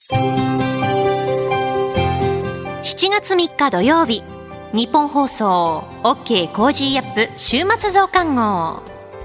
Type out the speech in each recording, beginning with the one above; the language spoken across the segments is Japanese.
7月3日土曜日、日本放送 OK コージーアップ週末増刊号。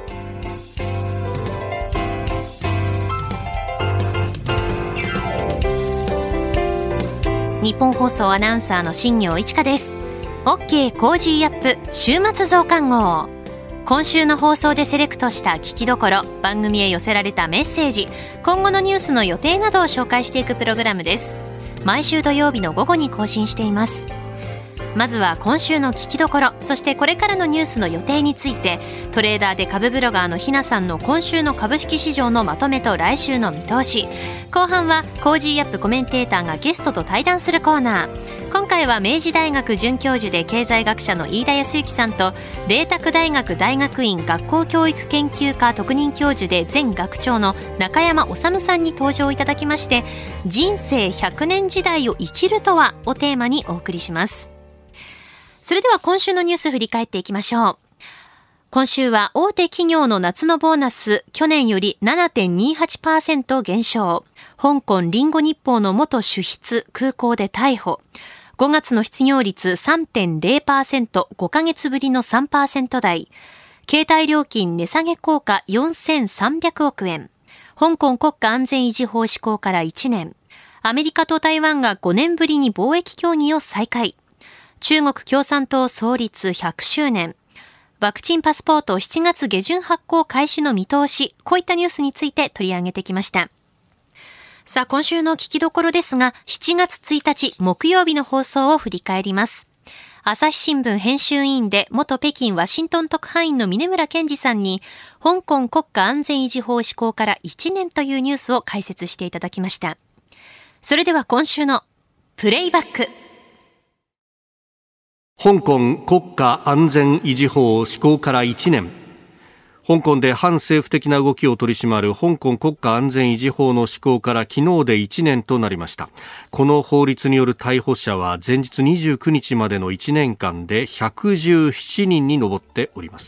日本放送アナウンサーの新業一華です。 OK コージーアップ週末増刊号。今週の放送でセレクトした聞きどころ、番組へ寄せられたメッセージ、今後のニュースの予定などを紹介していくプログラムです。毎週土曜日の午後に更新しています。まずは今週の聞きどころ、そしてこれからのニュースの予定について、トレーダーで株ブロガーのひなさんの今週の株式市場のまとめと来週の見通し、後半はコージーアップコメンテーターがゲストと対談するコーナー。今回は明治大学准教授で経済学者の飯田康之さんと、麗澤大学大学院学校教育研究科特任教授で前学長の中山修さんに登場いただきまして、人生100年時代を生きるとはをテーマにお送りします。それでは今週のニュース振り返っていきましょう。今週は大手企業の夏のボーナス、去年より 7.28% 減少。香港リンゴ日報の元主筆、空港で逮捕。5月の失業率 3.0%、5ヶ月ぶりの 3% 台。携帯料金値下げ効果4300億円。香港国家安全維持法施行から1年。アメリカと台湾が5年ぶりに貿易協議を再開。中国共産党創立100周年。ワクチンパスポート7月下旬発行開始の見通し。こういったニュースについて取り上げてきました。さあ、今週の聞きどころですが、7月1日木曜日の放送を振り返ります。朝日新聞編集委員で元北京ワシントン特派員の峯村健二さんに、香港国家安全維持法施行から1年というニュースを解説していただきました。それでは今週のプレイバック。 香港国家安全維持法施行から1年。香港で反政府的な動きを取り締まる香港国家安全維持法の施行から昨日で1年となりました。この法律による逮捕者は前日29日までの1年間で117人に上っております。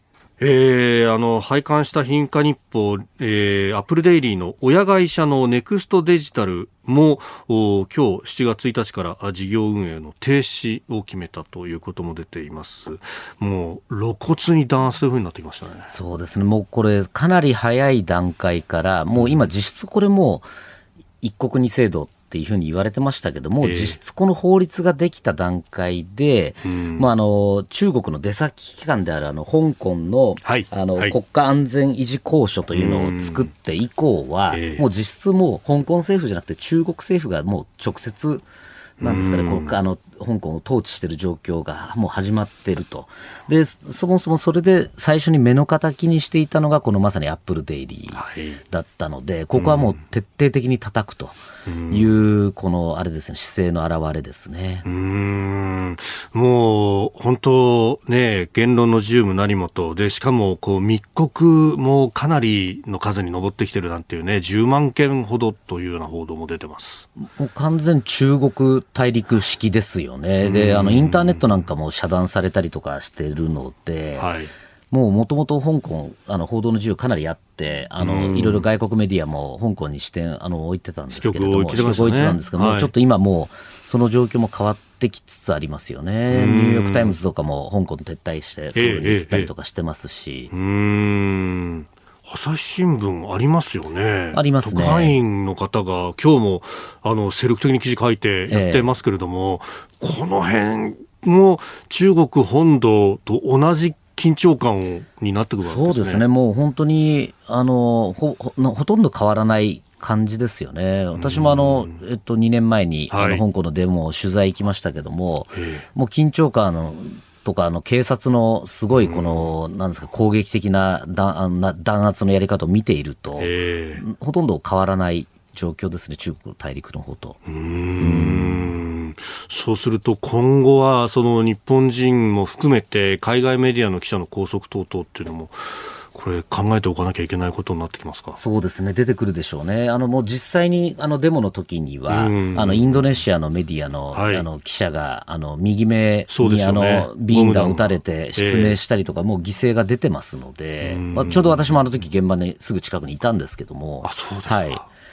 廃刊した貧化日報、アップルデイリーの親会社のネクストデジタルも今日7月1日から事業運営の停止を決めたということも出ています。もう露骨に弾圧というふうになってきましたね。 そうですね。もうこれかなり早い段階から、もう今実質これもう一国二制度っていうふうに言われてましたけども、実質この法律ができた段階で、中国の出先機関である香港の、国家安全維持公署というのを作って以降は、もう実質もう香港政府じゃなくて中国政府がもう直接なんですかね、香港を統治している状況がもう始まっていると。で、そもそもそれで最初に目の敵にしていたのがこのまさにアップルデイリーだったので、ここはもう徹底的に叩くというこのあれですね、姿勢の表れですね。 もう本当ね、言論の自由も何もとで、しかもこう密告もかなりの数に上ってきてるなんていうね、10万件ほどというような報道も出てます。 もう完全中国大陸式ですよね。で、インターネットなんかも遮断されたりとかしているので、もともと香港報道の自由かなりあって、いろいろ外国メディアも香港に支店置いてたんですけれども、支局置いてたんですけども、ちょっと今もうその状況も変わってきつつありますよね。ニューヨークタイムズとかも香港撤退してソウルに移ったりとかしてますし、 朝日新聞ありますよね。 ありますね。 特派員の方が今日も精力的に記事書いてやってますけれども、この辺も中国本土と同じ緊張感になってくるわけですね。 そうですね。もう本当にほとんど変わらない感じですよね。私も2年前に香港のデモを取材行きましたけども、もう緊張感とか警察のすごいこのなんですか、攻撃的な弾圧のやり方を見ていると、ほとんど変わらない状況ですね、中国大陸の方と。 そうすると今後はその日本人も含めて海外メディアの記者の拘束等々っていうのもこれ考えておかなきゃいけないことになってきますか。 そうですね、出てくるでしょうね。もう実際にデモの時にはインドネシアのメディアの、記者が右目にビーン弾撃たれて失明したりとか、もう犠牲が出てますので、ちょうど私も時現場にすぐ近くにいたんですけども、 そうですか。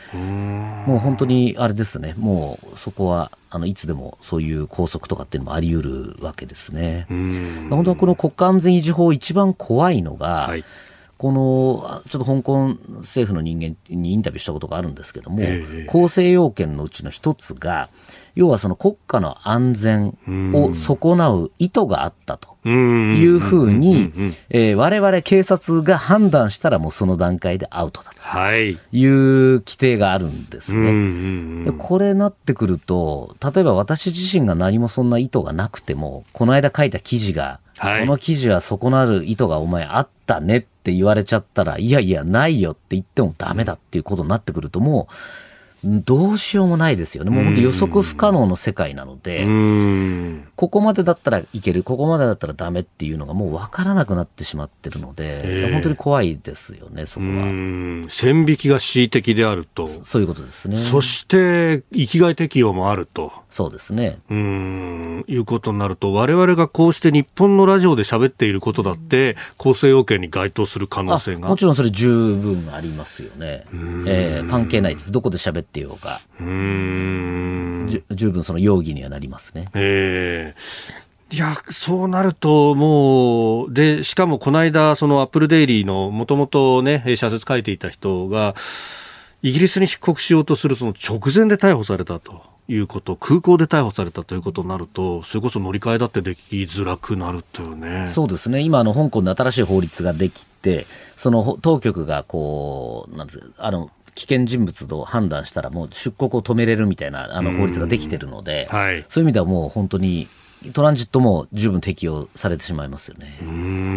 もう本当にあれですね、もうそこはいつでもそういう拘束とかっていうのもあり得るわけですね。本当はこの国家安全維持法一番怖いのが、はい、このちょっと香港政府の人間にインタビューしたことがあるんですけども、構成要件のうちの一つが、要はその国家の安全を損なう意図があったというふうに、我々警察が判断したらもうその段階でアウトだという規定があるんですね。でこれなってくると、例えば私自身が何もそんな意図がなくても、この間書いた記事が、はい、この記事は損なる意図がお前あったねって言われちゃったら、いやいやないよって言ってもダメだっていうことになってくると、もうどうしようもないですよね。もう本当予測不可能の世界なので、ここまでだったらいける、ここまでだったらダメっていうのがもう分からなくなってしまってるので、本当に怖いですよね、そこは。 線引きが恣意的であると。 そういうことですね。 そして域外適用もあると。 そうですね。 いうことになると、我々がこうして日本のラジオで喋っていることだって構成要件に該当する可能性が。 もちろんそれ十分ありますよね。関係ないです。どこで喋ってようが。十分その容疑にはなりますね。 いや、そうなるともう、で、しかもこの間、そのアップルデイリーのもともとね、社説書いていた人が、イギリスに出国しようとするその直前で逮捕されたということ、空港で逮捕されたということになると、それこそ乗り換えだってできづらくなるというね。 そうですね。今香港で新しい法律ができて、その当局がこう、なんですか、危険人物と判断したらもう出国を止めれるみたいな法律ができてるので、はい、そういう意味ではもう本当にトランジットも十分適用されてしまいますよね。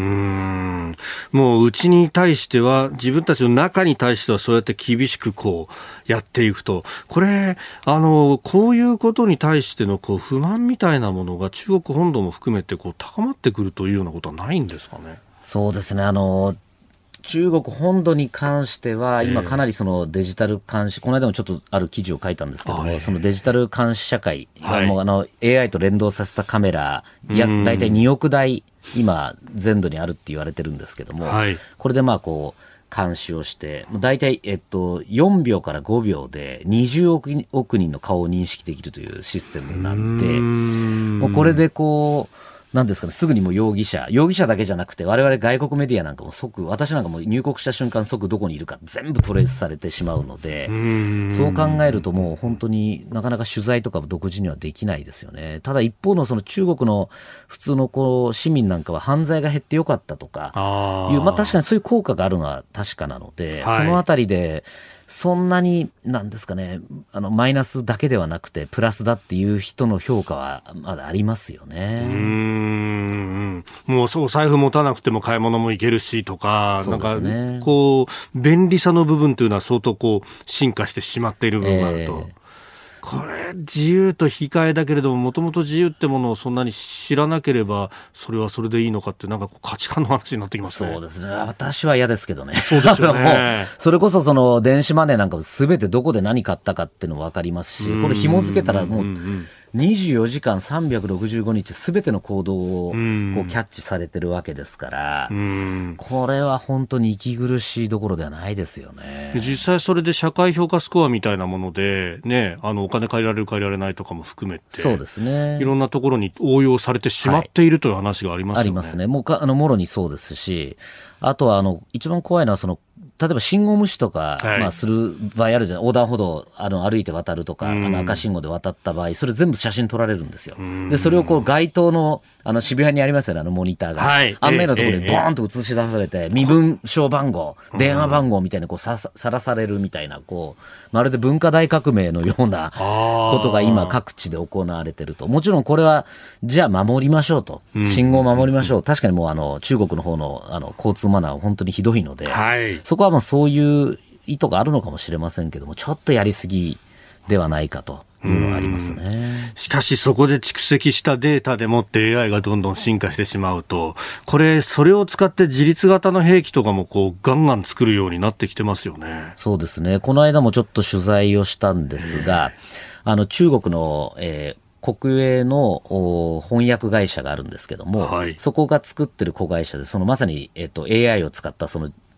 もううちに対しては、自分たちの中に対してはそうやって厳しくこうやっていくと、これこういうことに対してのこう不満みたいなものが中国本土も含めてこう高まってくるというようなことはないんですかね。 そうですね。中国本土に関しては今かなりそのデジタル監視、この間もちょっとある記事を書いたんですけども、そのデジタル監視社会、もうAI と連動させたカメラだいたい2億台今全土にあるって言われてるんですけども、これでこう監視をしてだいたい4秒から5秒で20億人の顔を認識できるというシステムなんで、もうこれでこうなんですかね、すぐにもう容疑者だけじゃなくて、我々外国メディアなんかも私なんかも入国した瞬間即どこにいるか全部トレースされてしまうので、そう考えるともう本当になかなか取材とか独自にはできないですよね。ただ一方のその中国の普通の市民なんかは犯罪が減ってよかったとかいう、確かにそういう効果があるのは確かなので、そのあたりでそんなになんですかね、マイナスだけではなくてプラスだっていう人の評価はまだありますよね。 もうお財布持たなくても買い物も行けるしとか、なんかこう便利さの部分というのは相当こう進化してしまっている部分があると。これ自由と引き換えだけれども、もともと自由ってものをそんなに知らなければそれはそれでいいのかって、なんか価値観の話になってきますね。 そうですね。私は嫌ですけどね。 そうですよね。 それこそその電子マネーなんかも全てどこで何買ったかっていうのも分かりますし、これ紐付けたらもう24時間365日全ての行動をこうキャッチされてるわけですから、これは本当に息苦しいどころではないですよね。 実際それで社会評価スコアみたいなもので、ね、お金借りられる借りられないとかも含めて、 そうですね、 いろんなところに応用されてしまっているという話がありますよね。 ありますね。もろにそうですし、あとは一番怖いのは例えば信号無視とか、する場合あるじゃん。横断歩道歩いて渡るとか、赤信号で渡った場合、それ全部写真撮られるんですよ。でそれをこう街頭の渋谷にありますよね、モニターが、あんなようなところでボーンと映し出されて、身分証番号、電話番号みたいなさらされるみたいな、まるで文化大革命のようなことが今各地で行われてると。もちろんこれはじゃあ守りましょうと、信号を守りましょう。確かにもう中国の方の交通マナーは本当にひどいので、そこはそういう意図があるのかもしれませんけども、ちょっとやりすぎではないかというのがありますね。 しかしそこで蓄積したデータでもって AI がどんどん進化してしまうと、それを使って自律型の兵器とかもガンガン作るようになってきてますよね。 そうですね。この間もちょっと取材をしたんですが、中国の、国営の翻訳会社があるんですけども、そこが作ってる子会社でまさに、AI を使った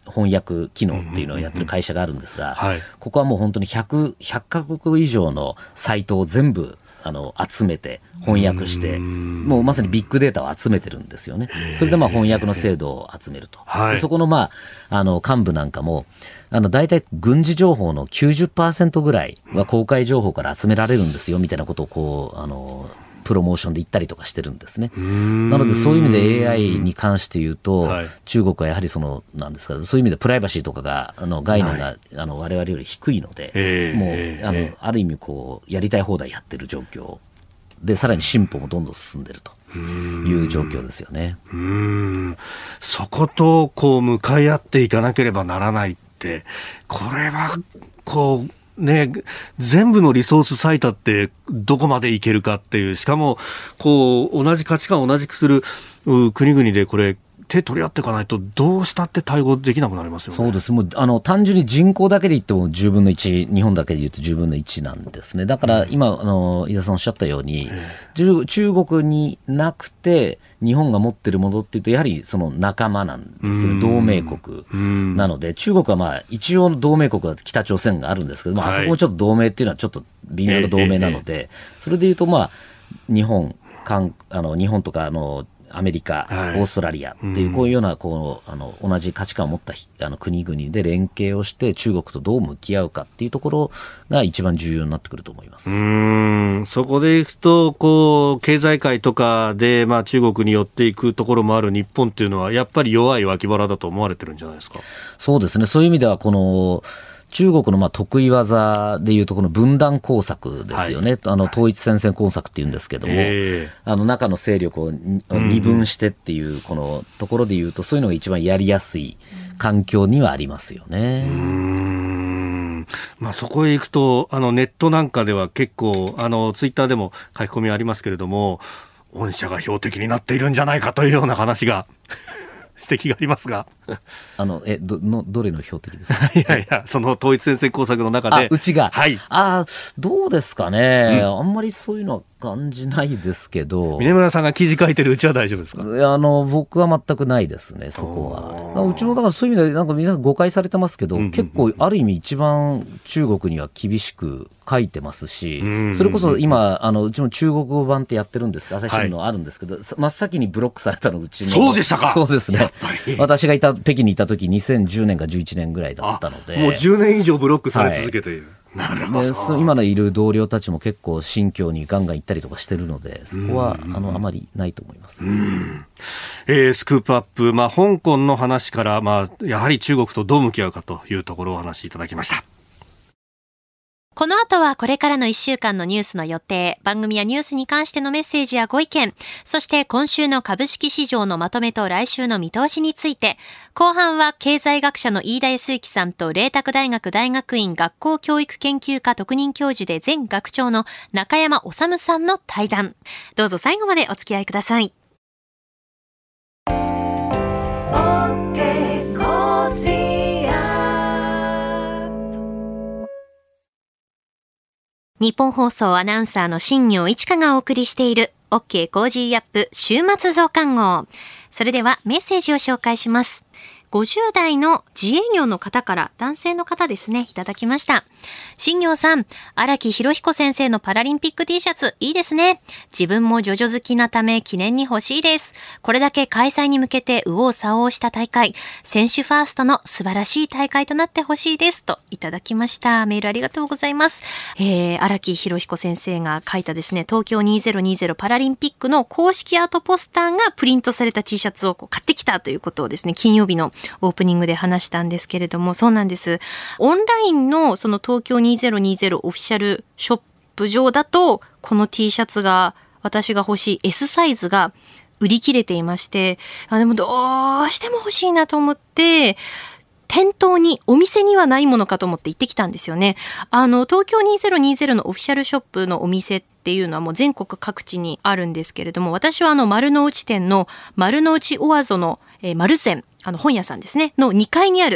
翻訳機能っていうのをやってる会社があるんですが、 はい、 ここはもう本当に100カ国以上のサイトを全部集めて翻訳して、もうまさにビッグデータを集めてるんですよね。それで翻訳の精度を集めると。でそこの幹部なんかも、大体軍事情報の 90% ぐらいは公開情報から集められるんですよ、みたいなことをプロモーションで言ったりとかしてるんですね。なのでそういう意味で AI に関して言うと、中国はやはりなんですか、そういう意味でプライバシーとかが概念が我々より低いので、もうある意味やりたい放題やってる状況で、さらに進歩もどんどん進んでるという状況ですよね。 そこと向かい合っていかなければならないって、これはね、全部のリソース割いたってどこまでいけるかっていう、しかも同じ価値観を同じくする国々でこれ手取り合っていかないとどうしたって対応できなくなりますよね。 そうです。もう単純に人口だけで言っても10分の1、日本だけで言うと10分の1なんですね。だから今井田さんおっしゃったように、中国になくて日本が持ってるものっていうとやはりその仲間なんですよね。同盟国なので、中国は一応同盟国は北朝鮮があるんですけど、あそこもちょっと同盟っていうのはちょっと微妙な同盟なので、それでいうと日本とかアメリカ、オーストラリアっていうこういうような同じ価値観を持った国々で連携をして中国とどう向き合うかっていうところが一番重要になってくると思います。 そこでいくと経済界とかで中国に寄っていくところもある日本っていうのはやっぱり弱い脇腹だと思われてるんじゃないですか。 そうですね。そういう意味では中国の得意技でいうとこの分断工作ですよね。統一戦線工作っていうんですけども、中の勢力を二分してっていうこのところでいうと、そういうのが一番やりやすい環境にはありますよね。 そこへ行くとネットなんかでは結構ツイッターでも書き込みありますけれども、御社が標的になっているんじゃないかというような話が指摘がありますがどれの標的ですか？ いやその統一戦線工作の中でうちが、 はい、 どうですかね、あんまりそういうのは感じないですけど。 峰村さんが記事書いてるうちは大丈夫ですか？ 僕は全くないですね、そこは。うちもだからそういう意味で皆さん誤解されてますけど、結構ある意味一番中国には厳しく書いてますし、それこそ今うちも中国語版ってやってるんですか、朝日新聞のあるんですけど、真っ先にブロックされたのうちの。 そうでしたか。 そうですね。私が北京にいた時2010年か11年ぐらいだったので、 もう10年以上ブロックされ続けている。なるほど。 今のいる同僚たちも結構新疆にガンガン行ったりとかしてるので、そこはあまりないと思います。 スクープアップ、香港の話から、やはり中国とどう向き合うかというところをお話しいただきました。 この後はこれからの1週間のニュースの予定、番組やニュースに関してのメッセージやご意見、そして今週の株式市場のまとめと来週の見通しについて、後半は経済学者の飯田康之さんと麗澤大学大学院学校教育研究科特任教授で前学長の中山修さんの対談。どうぞ最後までお付き合いください。日本放送アナウンサーの新業一華がお送りしている OK コージーアップ週末増刊号。それではメッセージを紹介します。50代の自営業の方から男性の方ですね、いただきました。新業さん、荒木博彦先生のパラリンピック T シャツいいですね。自分もジョジョ好きなため記念に欲しいです。これだけ開催に向けて右往左往した大会、選手ファーストの素晴らしい大会となってほしいですといただきました。メールありがとうございます。荒木博彦先生が書いたですね、東京2020パラリンピックの公式アートポスターがプリントされた T シャツを買ってきたということをですね、金曜日のオープニングで話したんですけれども、そうなんです。オンラインのその東京2020オフィシャルショップ上だと、この T シャツが私が欲しい S サイズが売り切れていまして、でもどうしても欲しいなと思って、店頭にお店にはないものかと思って行ってきたんですよね。東京2020のオフィシャルショップのお店っていうのはもう全国各地にあるんですけれども、私は丸の内店の丸の内オアゾの丸善、本屋さんですねの2階にある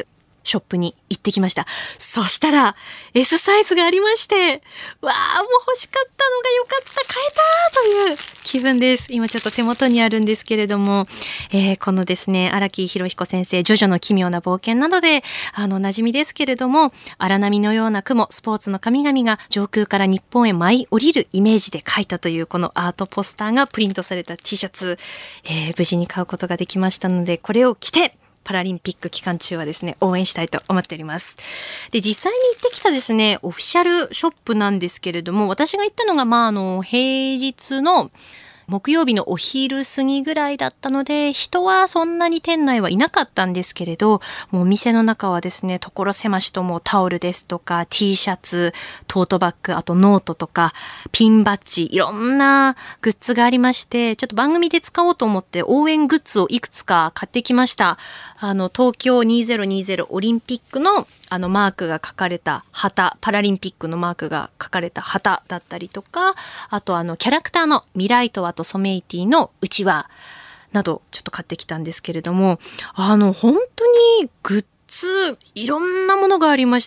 ショップに行ってきました。そしたら S サイズがありまして、わあ、もう欲しかったのがよかった、買えたという気分です。今ちょっと手元にあるんですけれども、このですね、荒木博彦先生、ジョジョの奇妙な冒険などで馴染みですけれども、荒波のような雲、スポーツの神々が上空から日本へ舞い降りるイメージで描いたというこのアートポスターがプリントされた T シャツ、無事に買うことができましたので、これを着てパラリンピック期間中はですね、応援したいと思っております。で、実際に行ってきたですね、オフィシャルショップなんですけれども、私が行ったのが、平日の木曜日のお昼過ぎぐらいだったので、人はそんなに店内はいなかったんですけれど、もうお店の中はですね、所狭しともタオルですとか T シャツ、トートバッグ、あとノートとかピンバッジ、いろんなグッズがありまして、ちょっと番組で使おうと思って応援グッズをいくつか買ってきました。東京2020オリンピックのマークが書かれた旗、パラリンピックのマークが書かれた旗だったりとか、あとキャラクターのミライトワとソメイティのうちわなどちょっと買ってきたんですけれども、本当にグッズいろんなものがありまして、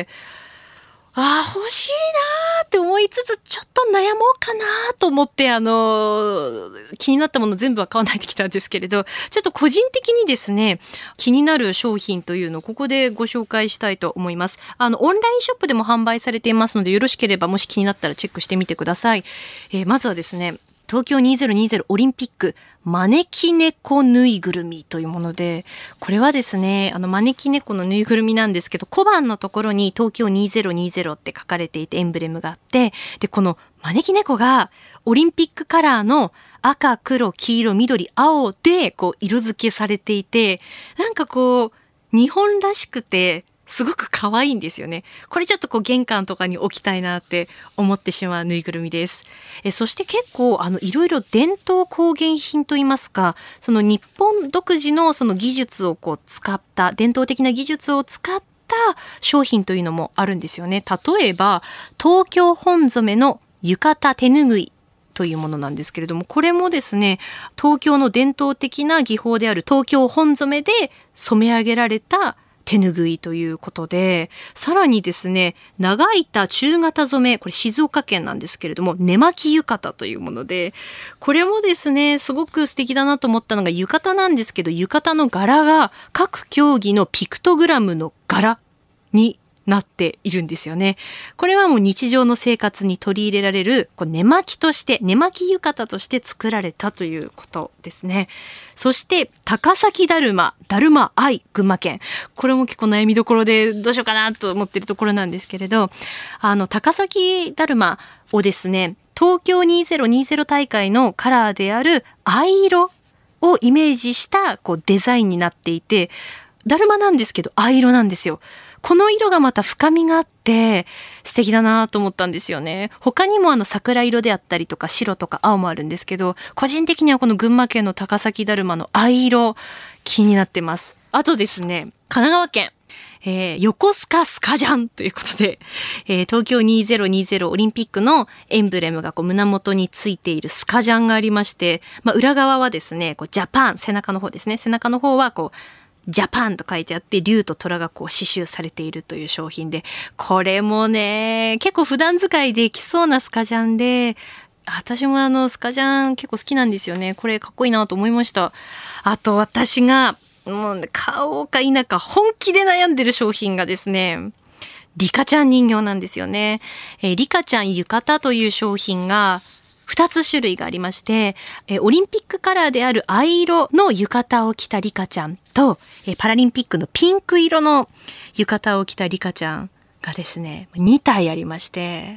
欲しいなーって思いつつ、ちょっと悩もうかなと思って、気になったもの全部は買わないできたんですけれど、ちょっと個人的にですね、気になる商品というのをここでご紹介したいと思います。オンラインショップでも販売されていますので、よろしければもし気になったらチェックしてみてください。まずはですね、東京2020オリンピック招き猫ぬいぐるみというもので、これはですね、招き猫のぬいぐるみなんですけど、小判のところに東京2020って書かれていてエンブレムがあって、で、この招き猫がオリンピックカラーの赤、黒、黄色、緑、青で色付けされていて、なんか日本らしくて、すごく可愛いんですよね。これちょっと玄関とかに置きたいなって思ってしまうぬいぐるみです。そして結構いろいろ伝統工芸品といいますか、その日本独自のその技術を使った、伝統的な技術を使った商品というのもあるんですよね。例えば、東京本染めの浴衣手ぬぐいというものなんですけれども、これもですね、東京の伝統的な技法である東京本染めで染め上げられた手ぬぐいということで、さらにですね、長板中型染め、これ静岡県なんですけれども、寝巻き浴衣というもので、これもですね、すごく素敵だなと思ったのが浴衣なんですけど、浴衣の柄が各競技のピクトグラムの柄になっているんですよね。これはもう日常の生活に取り入れられる寝巻きとして、寝巻き浴衣として作られたということですね。そして高崎だるま愛群馬県、これも結構悩みどころでどうしようかなと思っているところなんですけれど、高崎だるまをですね、東京2020大会のカラーである藍色をイメージしたデザインになっていて、だるまなんですけど藍色なんですよ。この色がまた深みがあって素敵だなと思ったんですよね。他にも桜色であったりとか白とか青もあるんですけど、個人的にはこの群馬県の高崎だるまの藍色気になってます。あとですね、神奈川県、横須賀スカジャンということで、東京2020オリンピックのエンブレムが胸元についているスカジャンがありまして、裏側はですね、ジャパン、背中の方ですね、背中の方はジャパンと書いてあって、竜と虎が刺繍されているという商品で、これもね、結構普段使いできそうなスカジャンで、私もスカジャン結構好きなんですよね。これかっこいいなと思いました。あと私が、もう買おうか否か本気で悩んでる商品がですね、リカちゃん人形なんですよね。リカちゃん浴衣という商品が、2つ種類がありまして、オリンピックカラーである藍色の浴衣を着たリカちゃんと、パラリンピックのピンク色の浴衣を着たリカちゃんがですね、2体ありまして、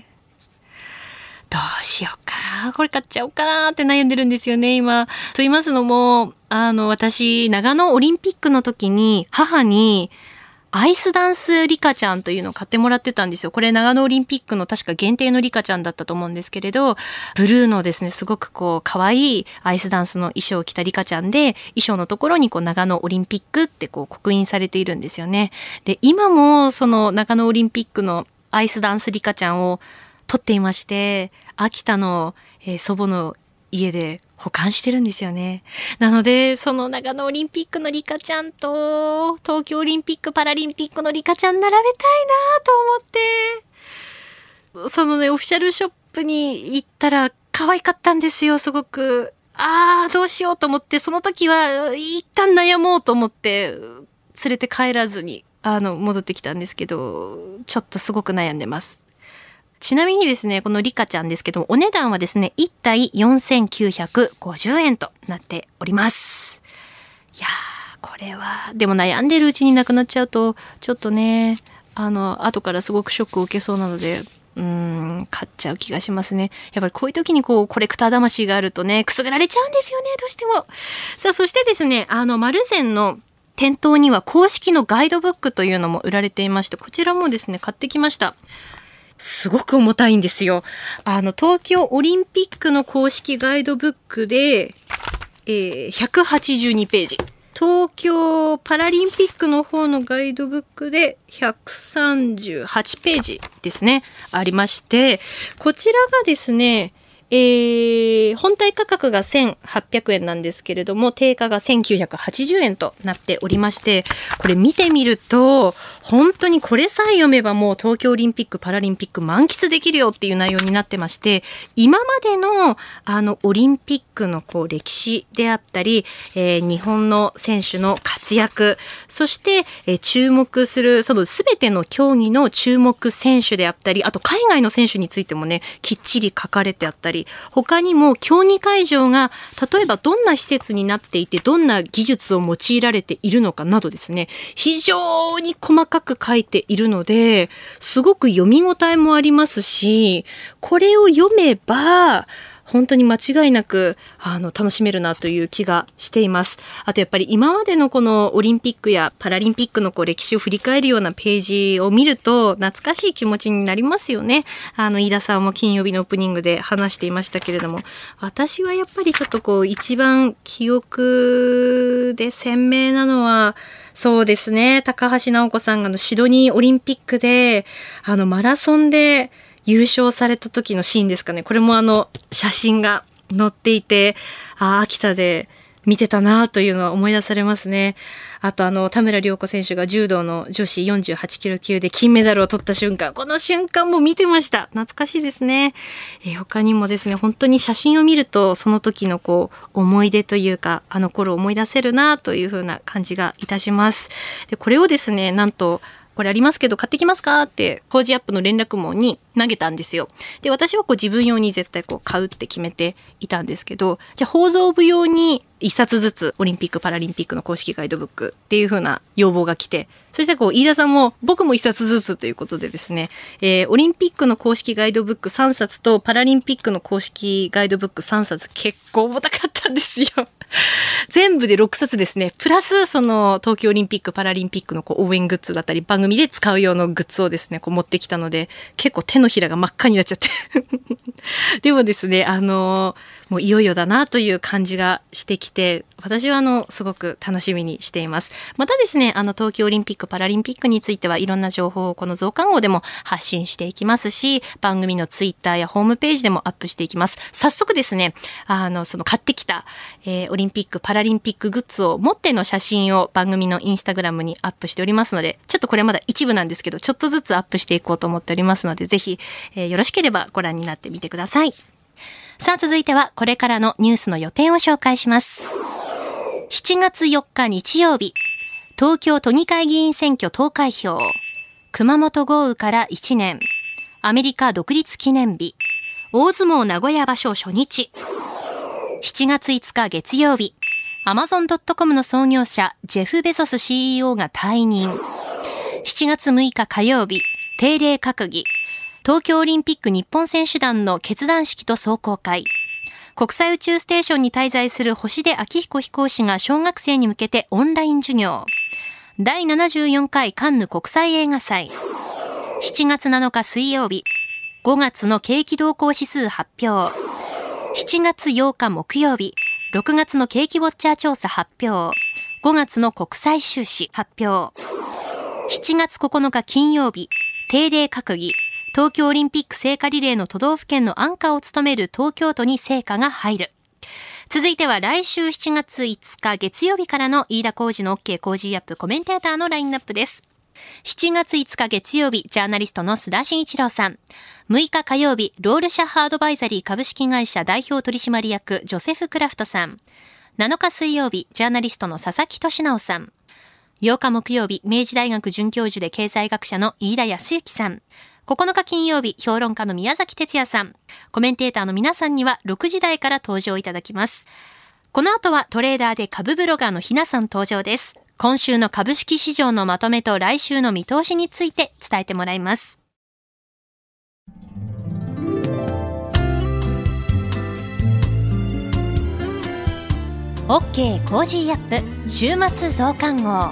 どうしようかな、これ買っちゃおうかなって悩んでるんですよね、今。と言いますのも、私、長野オリンピックの時に母に、アイスダンスリカちゃんというのを買ってもらってたんですよ。これ長野オリンピックの確か限定のリカちゃんだったと思うんですけれど、ブルーのですね、すごく可愛いアイスダンスの衣装を着たリカちゃんで、衣装のところに長野オリンピックって刻印されているんですよね。で、今もその長野オリンピックのアイスダンスリカちゃんを撮っていまして、秋田の祖母の家で保管してるんですよね。なので、その長野オリンピックのリカちゃんと、東京オリンピック・パラリンピックのリカちゃん並べたいなと思って、そのね、オフィシャルショップに行ったら可愛かったんですよ、すごく。どうしようと思って、その時は一旦悩もうと思って、連れて帰らずに、戻ってきたんですけど、ちょっとすごく悩んでます。ちなみにですね、このリカちゃんですけども、お値段はですね、1体4950円となっております。いやー、これは、でも悩んでるうちになくなっちゃうと、ちょっとね、後からすごくショックを受けそうなので、買っちゃう気がしますね。やっぱりこういう時にコレクター魂があるとね、くすぐられちゃうんですよね、どうしても。さあ、そしてですね、マルゼンの店頭には公式のガイドブックというのも売られていまして、こちらもですね、買ってきました。すごく重たいんですよ。東京オリンピックの公式ガイドブックで、182ページ。東京パラリンピックの方のガイドブックで138ページですね、ありまして、こちらがですね、本体価格が1800円なんですけれども、定価が1980円となっておりまして、これ見てみると、本当にこれさえ読めばもう東京オリンピック・パラリンピック満喫できるよっていう内容になってまして、今までのオリンピックの歴史であったり、日本の選手の活躍、そして、注目するその全ての競技の注目選手であったり、あと海外の選手についてもね、きっちり書かれてあったり、他にも競技会場が例えばどんな施設になっていてどんな技術を用いられているのかなどですね、非常に細かく書いているので、すごく読み応えもありますし、これを読めば本当に間違いなく楽しめるなという気がしています。あとやっぱり今までのこのオリンピックやパラリンピックの歴史を振り返るようなページを見ると懐かしい気持ちになりますよね。飯田さんも金曜日のオープニングで話していましたけれども、私はやっぱりちょっと一番記憶で鮮明なのは、そうですね、高橋尚子さんがシドニーオリンピックでマラソンで優勝された時のシーンですかね。これも写真が載っていて、秋田で見てたなというのは思い出されますね。あと田村亮子選手が柔道の女子48キロ級で金メダルを取った瞬間、この瞬間も見てました。懐かしいですね。他にもですね、本当に写真を見るとその時の思い出というか、頃を思い出せるなという風な感じがいたします。で、これをですね、なんとこれありますけど買ってきますかってコージーアップの連絡網に投げたんですよ。で、私は自分用に絶対買うって決めていたんですけど、じゃあ報道部用に一冊ずつオリンピック・パラリンピックの公式ガイドブックっていう風な要望が来て、そして飯田さんも僕も一冊ずつということでですね、オリンピックの公式ガイドブック3冊とパラリンピックの公式ガイドブック3冊結構重たかったんですよ。全部で6冊ですね。プラスその東京オリンピック・パラリンピックの応援グッズだったり番組で使う用のグッズをですね持ってきたので、結構手のひらが真っ赤になっちゃってでもですねもういよいよだなという感じがしてきて、私はすごく楽しみにしています。またですね東京オリンピック・パラリンピックについてはいろんな情報をこの増刊号でも発信していきますし、番組のツイッターやホームページでもアップしていきます。早速ですねその買ってきた、オリンピック・パラリンピックグッズを持っての写真を番組のインスタグラムにアップしておりますので、ちょっとこれまだ一部なんですけどちょっとずつアップしていこうと思っておりますので、ぜひ、よろしければご覧になってみてください。さあ続いてはこれからのニュースの予定を紹介します。7月4日日曜日、東京都議会議員選挙投開票、熊本豪雨から1年、アメリカ独立記念日、大相撲名古屋場所初日。7月5日月曜日、Amazon.com の創業者ジェフ・ベゾス CEO が退任。7月6日火曜日、定例閣議、東京オリンピック日本選手団の結団式と壮行会。国際宇宙ステーションに滞在する星出彰彦飛行士が小学生に向けてオンライン授業。第74回カンヌ国際映画祭。7月7日水曜日、5月の景気動向指数発表。7月8日木曜日、6月の景気ウォッチャー調査発表。5月の国際収支発表。7月9日金曜日、定例閣議、 東京オリンピック聖火リレーの都道府県のアンカーを務める東京都に聖火が入る。続いては来週7月5日月曜日からの飯田浩司の OK コージーアップコメンテーターのラインナップです。7月5日月曜日、ジャーナリストの須田慎一郎さん。6日火曜日、ロールシャッハアドバイザリー株式会社代表取締役ジョセフ・クラフトさん。7日水曜日、ジャーナリストの佐々木俊直さん。8日木曜日、明治大学准教授で経済学者の飯田康之さん。9日金曜日、評論家の宮崎哲也さん。コメンテーターの皆さんには6時台から登場いただきます。この後はトレーダーで株ブロガーのひなさん登場です。今週の株式市場のまとめと来週の見通しについて伝えてもらいます。OK コージーアップ週末増刊号。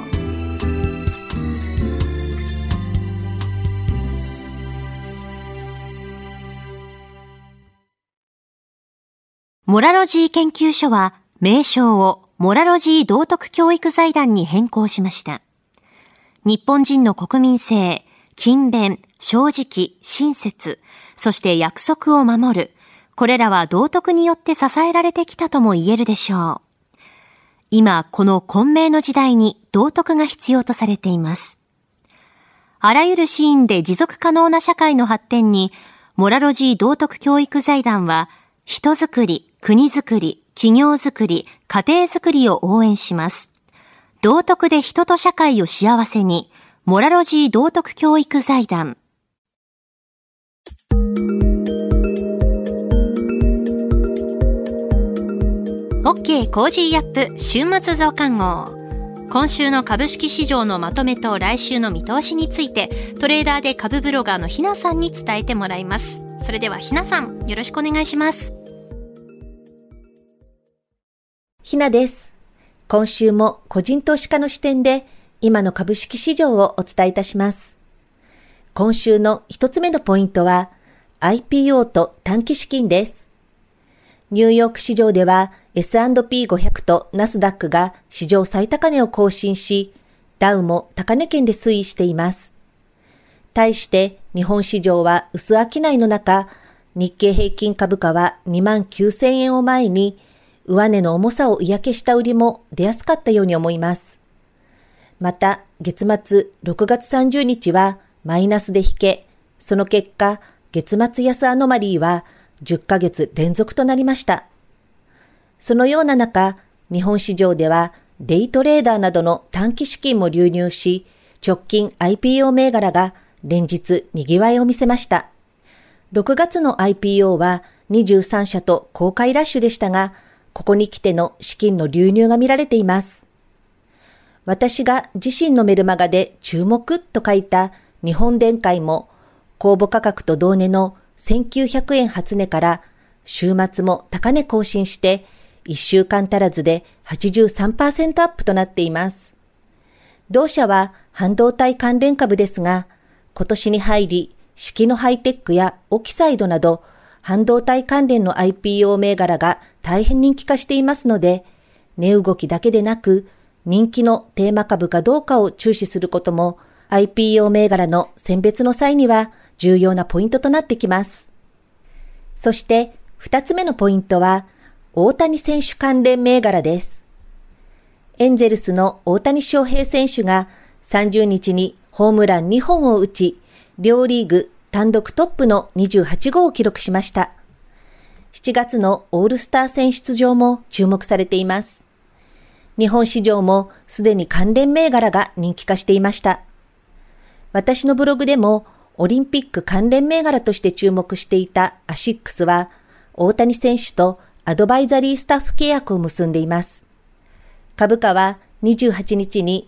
モラロジー研究所は名称をモラロジー道徳教育財団に変更しました。日本人の国民性、勤勉、正直、親切、そして約束を守る。これらは道徳によって支えられてきたとも言えるでしょう。今、この混迷の時代に道徳が必要とされています。あらゆるシーンで持続可能な社会の発展に、モラロジー道徳教育財団は、人づくり、国づくり、企業づくり、家庭づくりを応援します。道徳で人と社会を幸せに、モラロジー道徳教育財団。OK コージーアップ週末増刊号。今週の株式市場のまとめと来週の見通しについて、トレーダーで株ブロガーのひなさんに伝えてもらいます。それではひなさん、よろしくお願いします。 ひなです。今週も個人投資家の視点で今の株式市場をお伝えいたします。今週の一つ目のポイントは IPO と短期資金です。ニューヨーク市場では S&P500 とナスダックが史上最高値を更新し、ダウも高値圏で推移しています。対して日本市場は薄商いの中、日経平均株価は29,000円を前に上値の重さを嫌気した売りも出やすかったように思います。また、月末6月30日はマイナスで引け、その結果、月末安アノマリーは10ヶ月連続となりました。そのような中、日本市場ではデイトレーダーなどの短期資金も流入し、直近 IPO 銘柄が連日賑わいを見せました。6月の IPO は23社と公開ラッシュでしたが、ここに来ての資金の流入が見られています。私が自身のメルマガで注目と書いた日本電解も公募価格と同値の1900円初値から週末も高値更新して1週間足らずで 83% アップとなっています。同社は半導体関連株ですが、今年に入り式のハイテックやオキサイドなど半導体関連の IPO 銘柄が大変人気化していますので、値動きだけでなく人気のテーマ株かどうかを注視することも IPO 銘柄の選別の際には重要なポイントとなってきます。そして2つ目のポイントは大谷選手関連銘柄です。エンゼルスの大谷翔平選手が30日にホームラン2本を打ち、両リーグ単独トップの28号を記録しました。7月のオールスター戦出場も注目されています。日本市場もすでに関連銘柄が人気化していました。私のブログでもオリンピック関連銘柄として注目していたアシックスは大谷選手とアドバイザリースタッフ契約を結んでいます。株価は28日に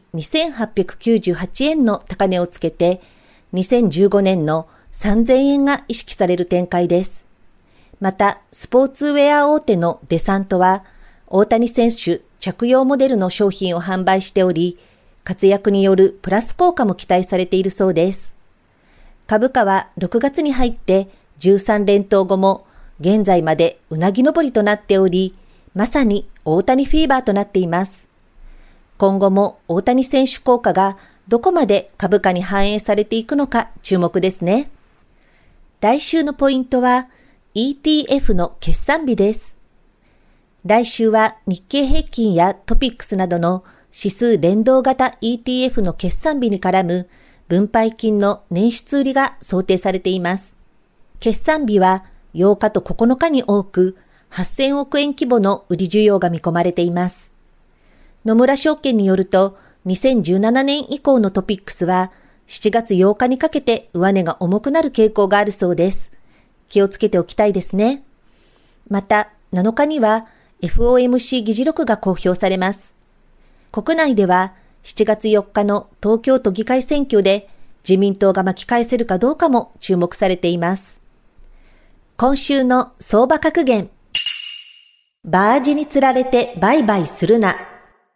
2898円の高値をつけて2015年の3000円が意識される展開です。また、スポーツウェア大手のデサントは、大谷選手着用モデルの商品を販売しており、活躍によるプラス効果も期待されているそうです。株価は6月に入って13連投後も、現在までうなぎ登りとなっており、まさに大谷フィーバーとなっています。今後も大谷選手効果がどこまで株価に反映されていくのか注目ですね。 来週のポイントは ETF の決算日です。来週は日経平均やトピックスなどの指数連動型 ETF の決算日に絡む分配金の捻出売りが想定されています。決算日は8日と9日に多く8000億円規模の売り需要が見込まれています。野村証券によると2017年以降のトピックスは7月8日にかけて上値が重くなる傾向があるそうです。気をつけておきたいですね。また7日には FOMC 議事録が公表されます。国内では7月4日の東京都議会選挙で自民党が巻き返せるかどうかも注目されています。今週の相場格言。バージに釣られて売買するな。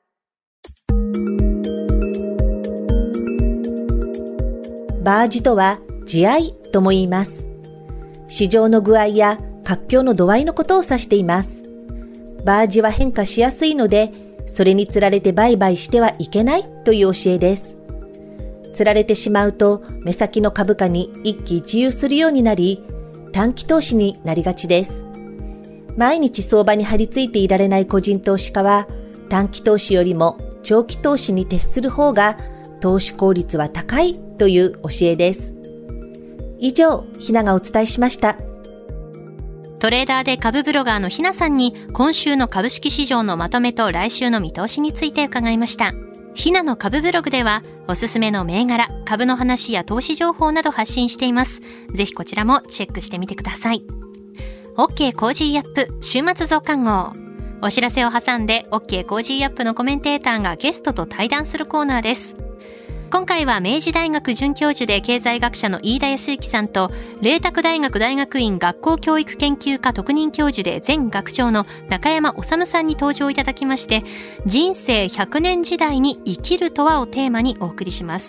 バージとは地合いとも言います。市場の具合や活況の度合いのことを指しています。バージは変化しやすいので、それに釣られて売買してはいけないという教えです。釣られてしまうと目先の株価に一喜一憂するようになり、短期投資になりがちです。毎日相場に張り付いていられない個人投資家は、短期投資よりも長期投資に徹する方が投資効率は高いという教えです。以上、ひながお伝えしました。 トレーダーで株ブロガーのひなさんに今週の株式市場のまとめと来週の見通しについて伺いました。ひなの株ブログではおすすめの銘柄、株の話や投資情報など発信しています。ぜひこちらもチェックしてみてください。OK コージーアップ週末増刊号。お知らせを挟んで OK コージーアップのコメンテーターがゲストと対談するコーナーです。今回は明治大学准教授で経済学者の飯田康之さんと、麗澤大学大学院学校教育研究科特任教授で前学長の中山修さんに登場いただきまして、人生100年時代に生きるとはをテーマにお送りします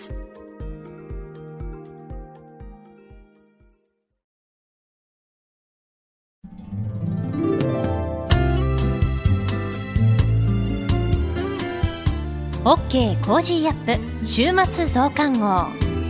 。OK コージーアップ週末増刊号。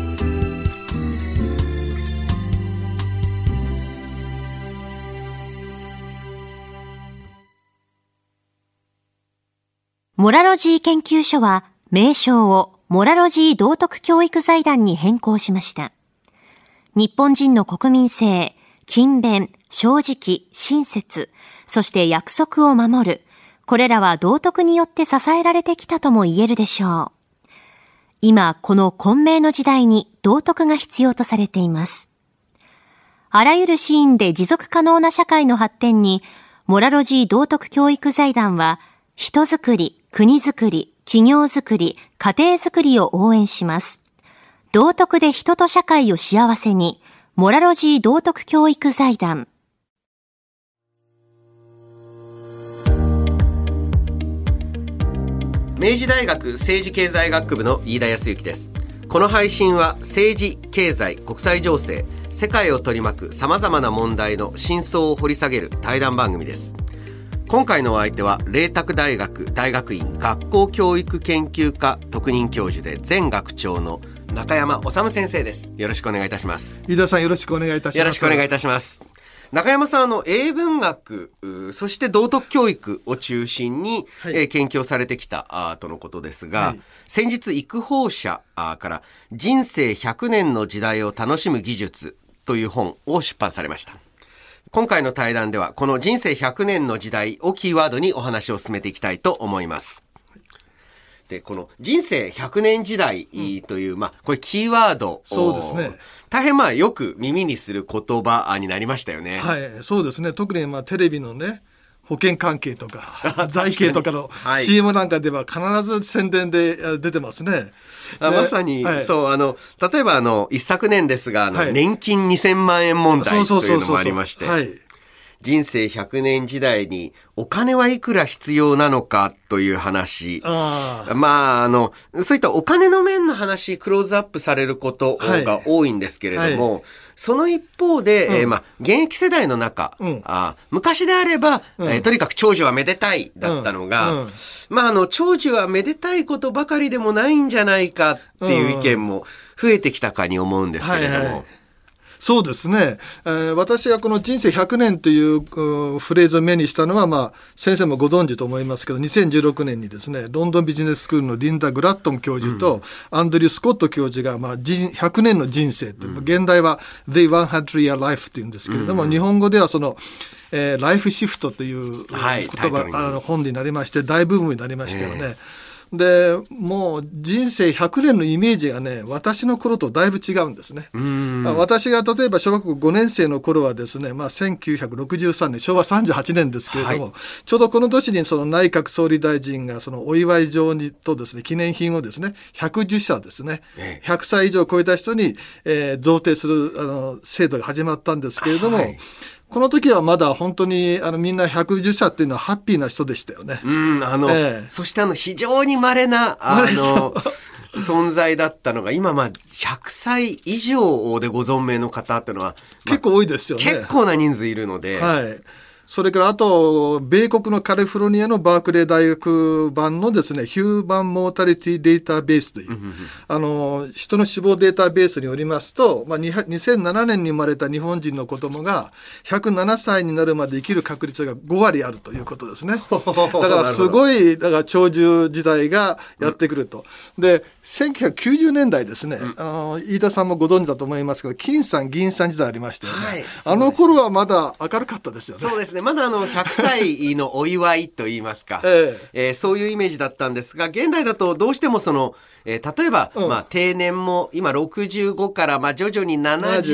モラロジー研究所は名称をモラロジー道徳教育財団に変更しました。日本人の国民性、勤勉、正直、親切、そして約束を守る、これらは道徳によって支えられてきたとも言えるでしょう。今、この混迷の時代に道徳が必要とされています。あらゆるシーンで持続可能な社会の発展に、モラロジー道徳教育財団は、人づくり、国づくり、企業づくり、家庭づくりを応援します。道徳で人と社会を幸せに、モラロジー道徳教育財団。 明治大学政治経済学部の飯田康之です。この配信は政治、経済、国際情勢、世界を取り巻く様々な問題の真相を掘り下げる対談番組です。今回のお相手は麗澤大学大学院学校教育研究科特任教授で前学長の中山修先生です。よろしくお願いいたします。 飯田さん、よろしくお願いいたします。 よろしくお願いいたします。中山さん、英文学、そして道徳教育を中心に、研究をされてきたとのことですが、先日育法社から人生100年の時代を楽しむ技術という本を出版されました。今回の対談ではこの人生100年の時代をキーワードにお話を進めていきたいと思います。で、この人生100年時代という、これキーワード。 そうですね。 大変よく耳にする言葉になりましたよね。 はい、そうですね。特にテレビのね、保険関係とか財系とかの CM なんかでは必ず宣伝で出てますね。 まさに、そう、例えば一昨年ですが、年金2000万円問題というのもありまして、人生100年時代にお金はいくら必要なのかという話。そういったお金の面の話、クローズアップされることが多いんですけれども、その一方で、現役世代の中、昔であれば、とにかく長寿はめでたいだったのが、長寿はめでたいことばかりでもないんじゃないかっていう意見も増えてきたかに思うんですけれども。 そうですね、私がこの人生100年というフレーズを目にしたのは、先生もご存知と思いますけど、2016年にですね、ロンドンビジネススクールのリンダ・グラットン教授とアンドリュー・スコット教授が、100年の人生という、現代は The 100 Year Life というんですけれども、日本語ではそのライフシフトという言葉、本になりまして、大ブームになりましたよね。でもう人生100年のイメージがね、私の頃とだいぶ違うんですね。私が例えば小学校5年生の頃はですね、1963年昭和38年ですけれども、ちょうどこの年にその内閣総理大臣がそのお祝い状にとですね、記念品をですね、110社ですね、100歳以上超えた人に、贈呈する制度が始まったんですけれども、この時はまだ本当にみんな110社っていうのはハッピーな人でしたよね。 そして非常に稀な存在だったのが、今100歳以上でご存命の方っていうのは、 結構多いですよね。 結構な人数いるので。 それからあと米国のカリフォルニアのバークレー大学版のですね、ヒューマンモータリティデータベースという、人の死亡データベースによりますと、2007年に生まれた日本人の子供が107歳になるまで生きる確率が5割あるということですね。だからすごい、長寿時代がやってくると。で、1990年代ですね、飯田さんもご存知だと思いますけど、金さん銀さん時代ありましたよね。あの頃はまだ明るかったですよね。 そうですね。まだ100歳のお祝いといいますか、そういうイメージだったんですが、現代だとどうしても例えば、定年も今65から徐々に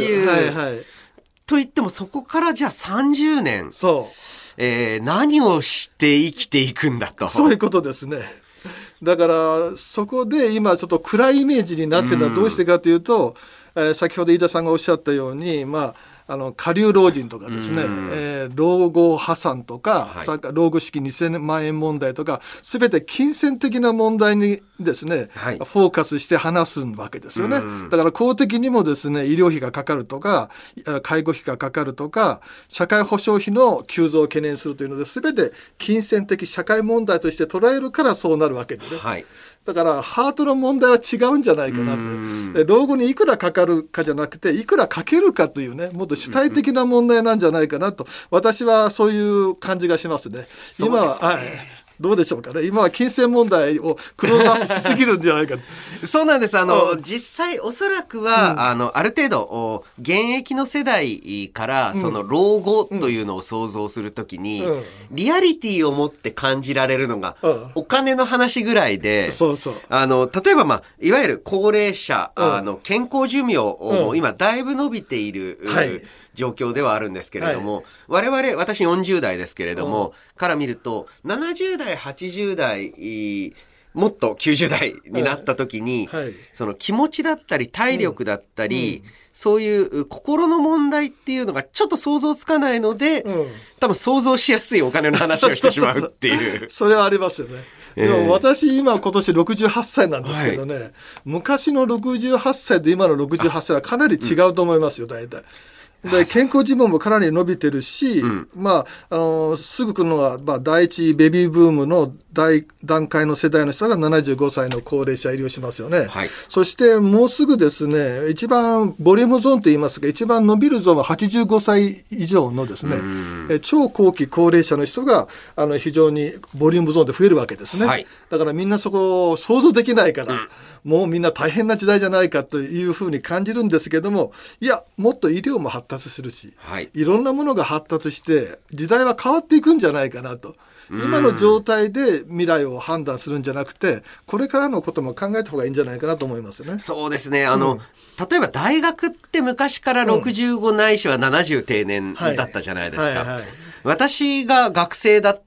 70、といっても、そこからじゃあ30年、何をして生きていくんだと。 そういうことですね。だからそこで今ちょっと暗いイメージになっているのはどうしてかというと、先ほど飯田さんがおっしゃったように、下流老人とかですね、老後破産とか、老後資金2000万円問題とか、すべて金銭的な問題にですね、フォーカスして話すわけですよね。だから公的にもですね、医療費がかかるとか、介護費がかかるとか、社会保障費の急増を懸念するというので、すべて金銭的社会問題として捉えるからそうなるわけでね。だからハートの問題は違うんじゃないかなって。老後にいくらかかるかじゃなくて、いくらかけるかというね、もっと主体的な問題なんじゃないかなと、私はそういう感じがしますね。今は、どうでしょうかね。今は金銭問題をクローズアップしすぎるんじゃないか。 そうなんです。実際おそらくは、ある程度、現役の世代から、その老後というのを想像するときに、リアリティを持って感じられるのが、お金の話ぐらいで、例えばいわゆる高齢者、健康寿命も今だいぶ伸びている、状況ではあるんですけれども、私40代ですけれども、から見ると、70代、80代、もっと90代になった時に、その気持ちだったり体力だったり、そういう心の問題っていうのがちょっと想像つかないので、多分想像しやすいお金の話をしてしまうっていう。 それはありますよね。でも私今年68歳なんですけどね、昔の68歳と今の68歳はかなり違うと思いますよ、大体。で健康寿命もかなり伸びてるし、すぐ来るのは、第一ベビーブームの第段階の世代の人が75歳の高齢者医療しますよね。そしてもうすぐですね、一番ボリュームゾーンといいますか、一番伸びるゾーンは85歳以上のですね、超後期高齢者の人が非常にボリュームゾーンで増えるわけですね。だからみんなそこを想像できないから、もうみんな大変な時代じゃないかというふうに感じるんですけども、いや、もっと医療も発達するし、いろんなものが発達して時代は変わっていくんじゃないかなと。今の状態で未来を判断するんじゃなくて、これからのことも考えた方がいいんじゃないかなと思いますね。 そうですね。例えば大学って昔から65ないしは70定年だったじゃないですか。私が学生だった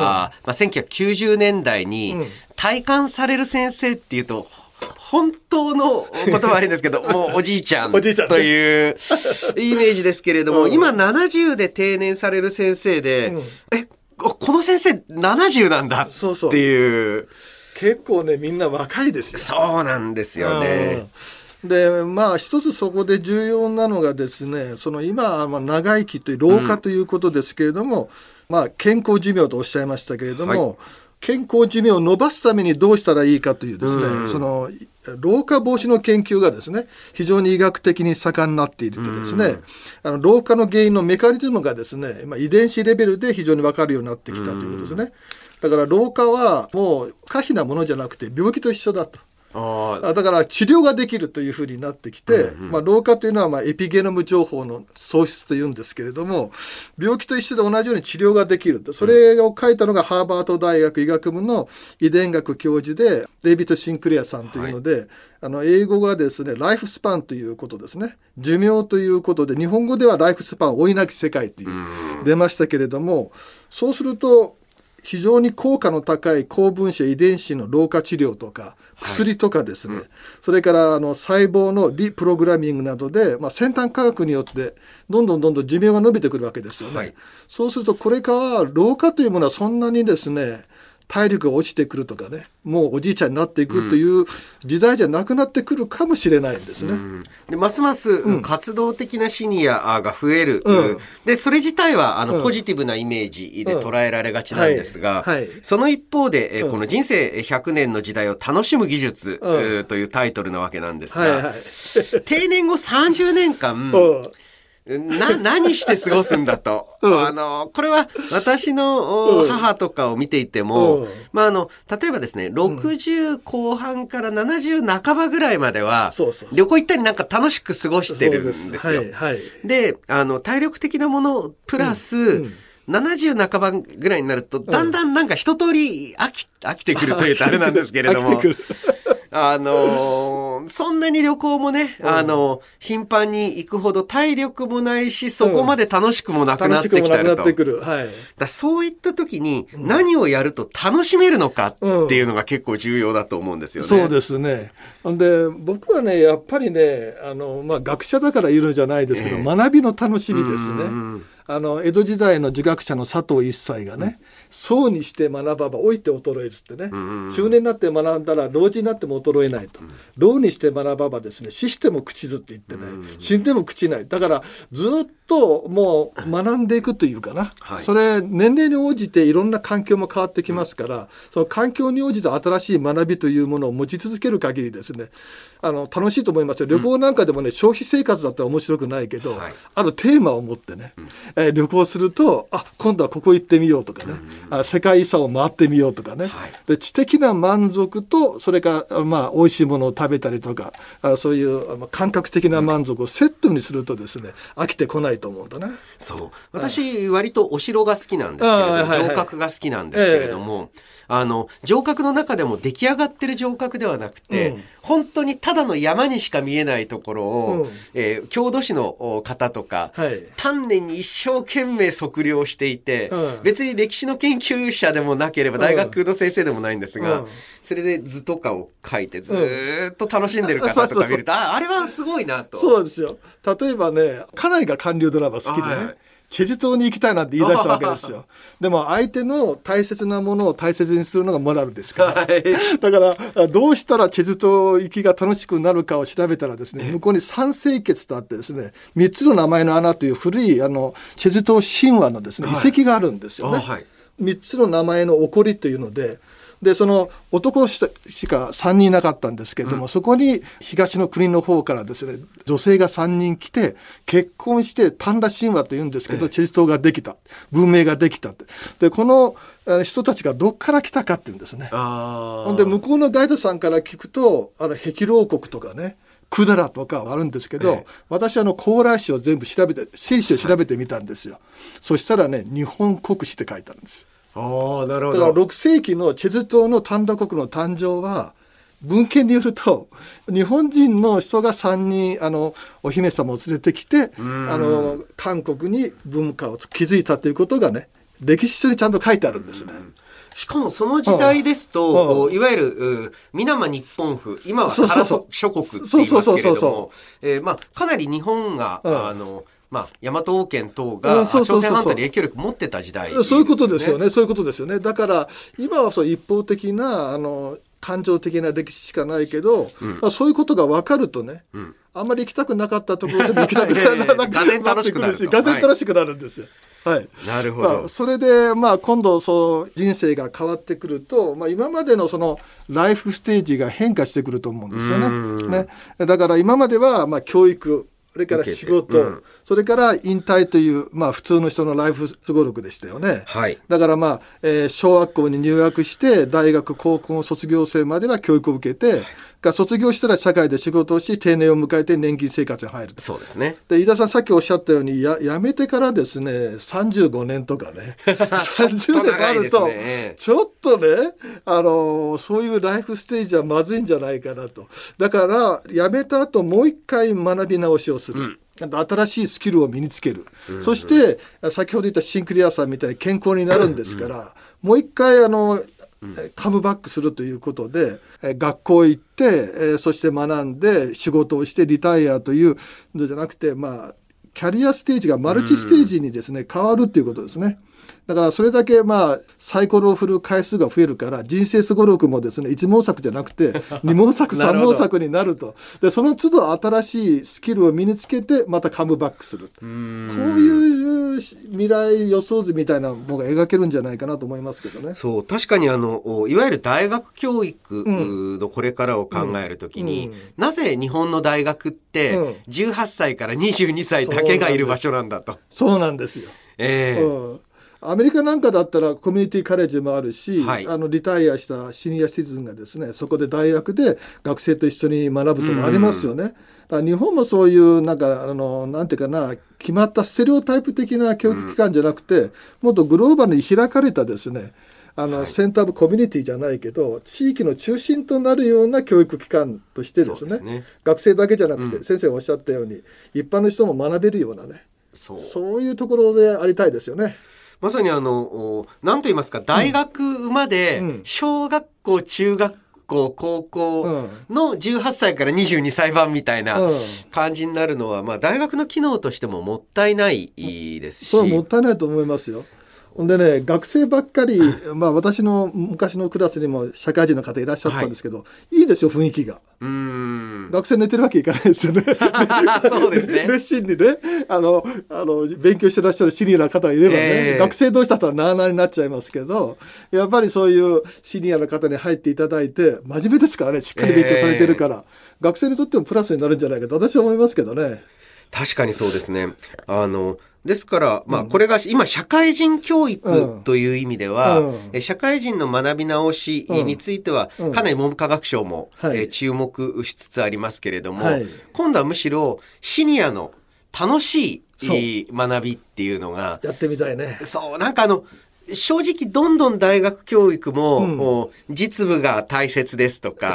、1990年代に体感される先生っていうと、本当の言葉悪いんですけど、もうおじいちゃんというイメージですけれども、今70で定年される先生で、この先生70なんだっていう。 結構ね、みんな若いですよ。 そうなんですよね。 で一つそこで重要なのがですね、今長生きという老化ということですけれども、健康寿命とおっしゃいましたけれども、 健康寿命を伸ばすためにどうしたらいいかというですね、その老化防止の研究がですね、非常に医学的に盛んになっているとですね、老化の原因のメカニズムがですね、遺伝子レベルで非常に分かるようになってきたということですね。だから老化はもう可否なものじゃなくて病気と一緒だと。だから治療ができるというふうになってきて、老化というのはエピゲノム情報の喪失というんですけれども、病気と一緒で同じように治療ができると。それを書いたのがハーバード大学医学部の遺伝学教授でデイビッド・シンクレアさんというので、英語がですね、ライフスパンということですね。寿命ということで、日本語ではライフスパン老いなき世界という出ましたけれども、そうすると非常に効果の高い高分子遺伝子の老化治療とか薬とかですね、それから細胞のリプログラミングなどで、先端科学によってどんどん寿命が伸びてくるわけですよね。そうするとこれから老化というものはそんなにですね、体力が落ちてくるとかね、もうおじいちゃんになっていくという時代じゃなくなってくるかもしれないんですね。 でますます活動的なシニアが増える、でそれ自体はポジティブなイメージで捉えられがちなんですが、その一方で、この人生100年の時代を楽しむ技術、というタイトルなわけなんですが、定年後30年間何して過ごすんだと。これは私の母とかを見ていても、例えばですね、60後半から70半ばぐらいまでは、旅行行ったりなんか楽しく過ごしてるんですよ。で、体力的なものプラス、70半ばぐらいになると、だんだんなんか一通り飽きてくるというとあれなんですけれども、そんなに旅行もね、頻繁に行くほど体力もないし、そこまで楽しくもなくなってきたりと。だそういった時に何をやると楽しめるのかっていうのが結構重要だと思うんですよね。 そうですね。で、僕はね、やっぱりね、学者だから言うのじゃないですけど、学びの楽しみですね。江戸時代の儒学者の佐藤一斎がね、僧にして学ばば老いて衰えずってね、中年になって学んだら老人になっても衰えないと、老にして学ばばですね、死しても朽ちずって言ってね、死んでも朽ちない。だからずっともう学んでいくというかな、それ年齢に応じていろんな環境も変わってきますから、その環境に応じて新しい学びというものを持ち続ける限りですね、楽しいと思いますよ。旅行なんかでもね、消費生活だったら面白くないけど、あるテーマを持ってね、旅行すると、今度はここ行ってみようとかね、世界遺産を回ってみようとかね、で知的な満足と、それから美味しいものを食べたりとか、そういう感覚的な満足をセットにするとですね、飽きてこないと思うんだね。 そう。私、割とお城が好きなんですけれども、城郭が好きなんですけれども、城郭の中でも出来上がってる城郭ではなくて、本当にただの山にしか見えないところを、郷土史の方とか、丹念に一生懸命測量していて、別に歴史の研究者でもなければ大学の先生でもないんですが、それで図とかを書いてずーっと楽しんでる方とか見ると、あれはすごいなと。 そうですよ。例えばね、家内が韓流ドラマ好きでね、チェジュ島に行きたいなんて言い出したわけですよ。でも相手の大切なものを大切にするのがモラルですから。だからどうしたらチェジュ島行きが楽しくなるかを調べたらですね、向こうに三聖穴とあってですね、3つの名前の穴という古いチェジュ島神話のですね、遺跡があるんですよね。3つの名前の起こりというので、その男しか3人いなかったんですけれども、そこに東の国の方からですね、女性が3人来て、結婚してパンダ神話というんですけど、チェジュ島ができた。文明ができた。で、この人たちがどっから来たかっていうんですね。で、向こうのガイドさんから聞くと、壁牢国とかね、百済とかあるんですけど、私高麗史を全部調べて、聖史を調べてみたんですよ。そしたらね、日本国史って書いてあるんですよ。 なるほど。 だから6世紀のチェジュ島の丹羅国の誕生は、文献によると日本人の人が3人お姫様を連れてきて韓国に文化を築いたということがね、歴史書にちゃんと書いてあるんですね。 しかもその時代ですと、いわゆる水間日本府、今は原諸国って言いますけれども、かなり日本が大和王権等が朝鮮半島に影響力持ってた時代ですね。 そういうことですよね。そういうことですよね。だから今はそう一方的な感情的な歴史しかないけど、そういうことが分かるとね、あんまり行きたくなかったところでも行きたくなる。 がぜん楽しくなると。 がぜん楽しくなるんですよ。 はい、 なるほど。 それで、今度人生が変わってくると、今までのそのライフステージが変化してくると思うんですよね。だから今までは教育、それから仕事、それから引退という、普通の人のライフすごろくでしたよね。 はい、 だから小学校に入学して大学高校卒業生までは教育を受けて、卒業したら社会で仕事をし定年を迎えて年金生活に入る。 そうですね。 で飯田さんさっきおっしゃったように辞めてからですね35年とかね30年あるとちょっとねそういうライフステージはまずいんじゃないかなと。だから辞めた後もう一回学び直しをする、新しいスキルを身につける、そして先ほど言ったシンクリアさんみたいに健康になるんですから、もう一回カムバックするということで学校行って、そして学んで仕事をしてリタイアというのじゃなくて、キャリアステージがマルチステージにですね変わるということですね。だからそれだけサイコロを振る回数が増えるから人生すごろくもですね一毛作じゃなくて二毛作三毛作になると。でその都度新しいスキルを身につけてまたカムバックする。こういう未来予想図みたいなものが描けるんじゃないかなと思いますけどね。 そう、確かにいわゆる大学教育のこれからを考えるときに、なぜ日本の大学って18歳から22歳だけがいる場所なんだと。 そうなんですよ。アメリカなんかだったらコミュニティカレッジもあるし、リタイアしたシニアシティズンがですねそこで大学で学生と一緒に学ぶとかありますよね。だから日本もそういうなんていうかな決まったステレオタイプ的な教育機関じゃなくて、もっとグローバルに開かれたですねセンターオブコミュニティじゃないけど地域の中心となるような教育機関としてですね、学生だけじゃなくて、先生がおっしゃったように一般の人も学べるようなね、そういうところでありたいですよね。 まさに何と言いますか、大学まで小学校、中学校、高校の18歳から22歳版みたいな感じになるのは、大学の機能としてももったいないですし。 そう、もったいないと思いますよ。でね、学生ばっかり、私の昔のクラスにも社会人の方いらっしゃったんですけど、いいですよ雰囲気が。学生寝てるわけいかないですよね。 そうですね。 熱心にね勉強してらっしゃるシニアな方がいればね、学生同士だったらなあなあになっちゃいますけど、やっぱりそういうシニアの方に入っていただいて真面目ですからね、しっかり勉強されてるから、学生にとってもプラスになるんじゃないかと私は思いますけどね。 確かにそうですね。ですから、これが今、社会人教育という意味では、社会人の学び直しについては、かなり文部科学省も、注目しつつありますけれども、今度はむしろシニアの楽しい学びっていうのが、 やってみたいね。 そう、正直どんどん大学教育も、実務が大切ですとか、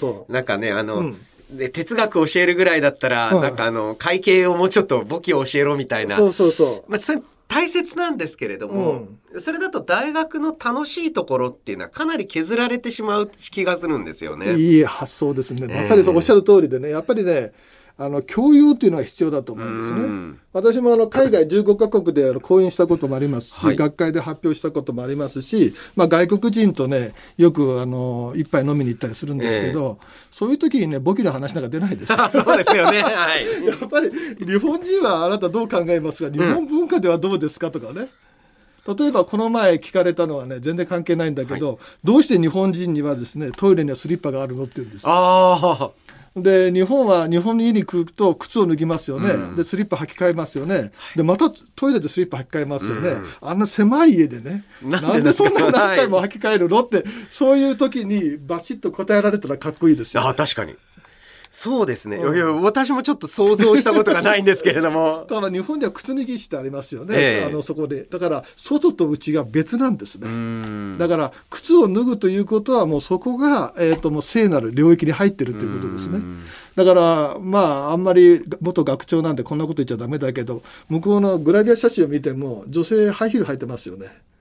で哲学教えるぐらいだったら、会計をもうちょっと簿記を教えろみたいな。それ大切なんですけれども、それだと大学の楽しいところっていうのはかなり削られてしまう気がするんですよね。 いい発想ですね。まさにおっしゃる通りでね、やっぱりね、教養というのは必要だと思うんですね。私も海外15カ国で講演したこともありますし、学会で発表したこともありますし、外国人とねよく一杯飲みに行ったりするんですけど、そういう時にね簿記の話なんか出ないです。 そうですよね。やっぱり日本人はあなたどう考えますか、日本文化ではどうですかとかね。例えばこの前聞かれたのはね、全然関係ないんだけど、どうして日本人にはですねトイレにはスリッパがあるのって言うんです。で日本の家に来ると靴を脱ぎますよね、でスリッパ履き替えますよね、でまたトイレでスリッパ履き替えますよね、あんな狭い家でね、なんでそんな何回も履き替えるのって、そういう時にバチッと答えられたらかっこいいですよ、ね。 確かにそうですね、私もちょっと想像したことがないんですけれどもだから日本では靴脱ぎしてありますよね、そこでだから外と内が別なんですね。だから靴を脱ぐということはもうそこが、もう聖なる領域に入ってるということですね。だからあんまり元学長なんでこんなこと言っちゃダメだけど、向こうのグラビア写真を見ても女性ハイヒール履いてますよね。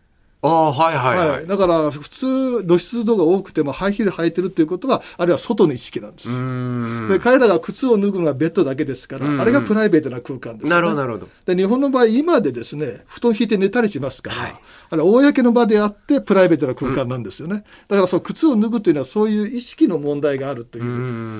はいはいはい。 はい。だから普通露出度が多くてもハイヒール履いてるっていうことは、あれは外の意識なんです。で、彼らが靴を脱ぐのはベッドだけですから、あれがプライベートな空間です、ね。 なるほどなるほど。 で、日本の場合今でですね、布団引いて寝たりしますから、あれ公の場であってプライベートな空間なんですよね。だからそう靴を脱ぐというのはそういう意識の問題があるという。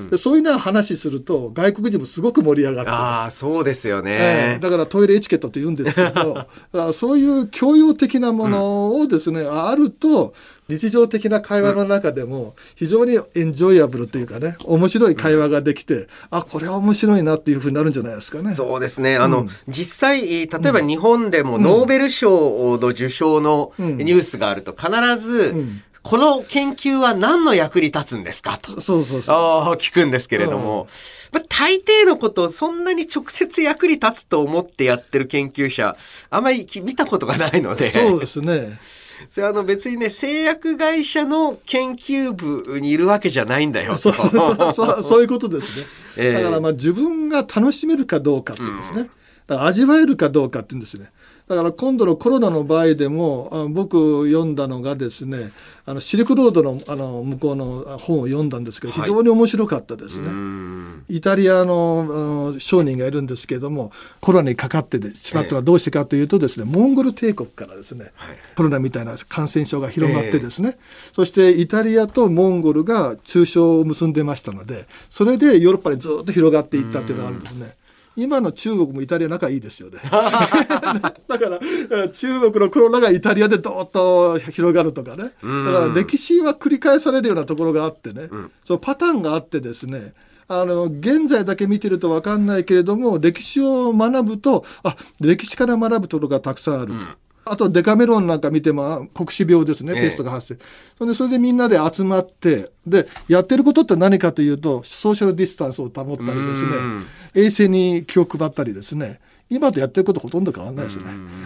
でそういうのを話すると外国人もすごく盛り上がって、 ああ、そうですよね。 だからトイレエチケットと言うんですけど、だからそういう教養的なものをですね、あると日常的な会話の中でも非常にエンジョイアブルというかね、面白い会話ができて、これは面白いなっていうふうになるんじゃないですかね。 そうですね。実際、例えば日本でもノーベル賞の受賞のニュースがあると必ず、この研究は何の役に立つんですかと。聞くんですけれども、大抵のことをそんなに直接役に立つと思ってやってる研究者、あまり見たことがないので。 そうですね。 それ別にね、製薬会社の研究部にいるわけじゃないんだよと。 そういうことですね。だから自分が楽しめるかどうかっていうんですね。だから味わえるかどうかっていうんですね。だから今度のコロナの場合でも僕読んだのがですね、シルクロードの向こうの本を読んだんですけど、非常に面白かったですね。イタリアの商人がいるんですけれども、コロナにかかってしまったのはどうしてかというとですね、モンゴル帝国からですね、コロナみたいな感染症が広まってですね、そしてイタリアとモンゴルが通商を結んでましたので、それでヨーロッパにずっと広がっていったっていうのがあるんですね。今の中国もイタリア仲いいですよね。だから中国のコロナがイタリアでどーっと広がるとかね。だから歴史は繰り返されるようなところがあってね。そのパターンがあってですね。現在だけ見てると分かんないけれども、歴史を学ぶと、歴史から学ぶところがたくさんあると。あとデカメロンなんか見ても黒死病ですね、ペストが発生。それでみんなで集まって、で、やってることって何かというと、ソーシャルディスタンスを保ったりですね、衛生に気を配ったりですね、今とやってることほとんど変わらないですね。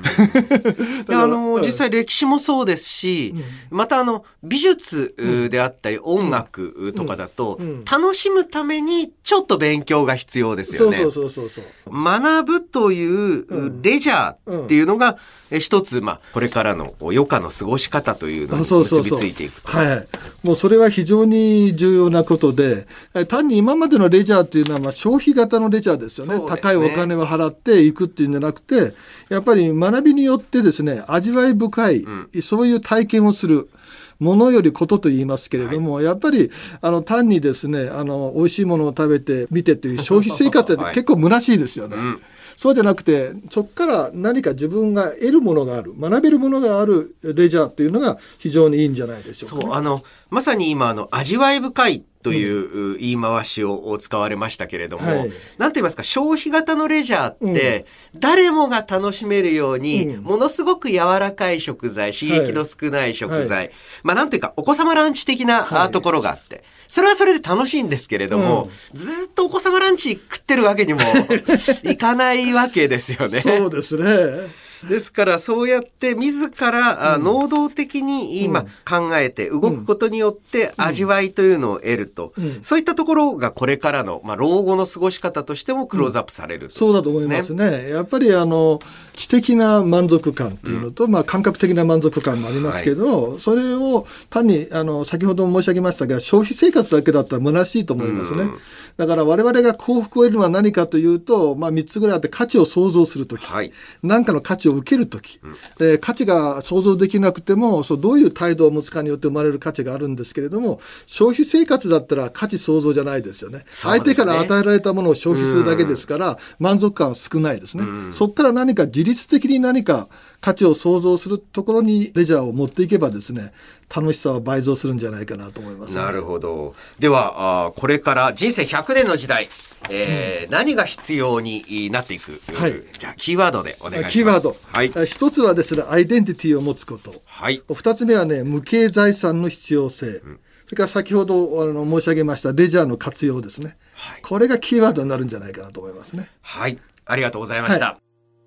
実際歴史もそうですし、また美術であったり音楽とかだと、楽しむためにちょっと勉強が必要ですよね。学ぶというレジャーっていうのが一つ、これからの余暇の過ごし方というのに結びついていくと。 もうそれは非常に重要なことで、単に今までのレジャーっていうのは消費型のレジャーですよね。高いお金を払っていくっていうんじゃなくて、やっぱり学びによってですね、味わい深い、そういう体験をする。ものよりことと言いますけれども、やっぱり単にですね、美味しいものを食べて見てという消費生活って結構虚しいですよね。そうじゃなくて、そこから何か自分が得るものがある、学べるものがあるレジャーっていうのが非常にいいんじゃないでしょうか、ね。 まさに今味わい深いという言い回しを使われましたけれども、なんと言いますか、消費型のレジャーって、誰もが楽しめるように、ものすごく柔らかい食材、刺激の少ない食材、なんていうか、お子様ランチ的なところがあって、それはそれで楽しいんですけれども、ずっとお子様ランチ食ってるわけにもいかないわけですよね。 そうですね。 ですからそうやって自ら能動的に今考えて動くことによって味わいというのを得ると、そういったところがこれからの老後の過ごし方としてもクローズアップされる、 そうだと思いますね。やっぱり知的な満足感っていうのと、感覚的な満足感もありますけど、それを単に先ほど申し上げましたが、消費生活だけだったら虚しいと思いますね。だから我々が幸福を得るのは何かというと、3つぐらいあって、価値を創造するとき、何かの価値を受けるとき、価値が想像できなくてもどういう態度を持つかによって生まれる価値があるんですけれども、消費生活だったら価値創造じゃないですよね。相手から与えられたものを消費するだけですから、満足感は少ないですね。そこから何か自律的に何か価値を創造するところにレジャーを持っていけばですね、楽しさは倍増するんじゃないかなと思います、ね。 なるほど。ではこれから人生100年の時代、何が必要になっていく、じゃあキーワードでお願いします。 キーワード、一つはですね、アイデンティティを持つこと、二つ目はね、無形財産の必要性、それから先ほど申し上げましたレジャーの活用ですね、これがキーワードになるんじゃないかなと思いますね。 ありがとうございました。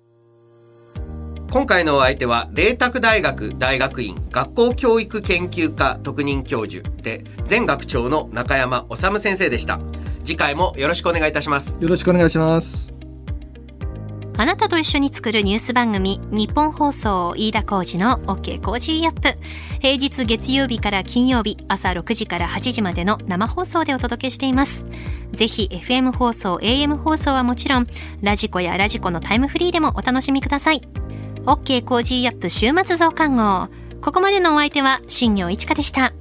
今回のお相手は麗澤大学大学院学校教育研究科特任教授で前学長の中山修先生でした。次回もよろしくお願いいたします。 よろしくお願いします。 あなたと一緒に作るニュース番組、日本放送飯田浩司の OK コージーアップ。平日月曜日から金曜日朝6時から8時までの生放送でお届けしています。ぜひ FM 放送 AM 放送はもちろん、ラジコやラジコのタイムフリーでもお楽しみください。 OK コージーアップ週末増刊号。ここまでのお相手は新業一華でした。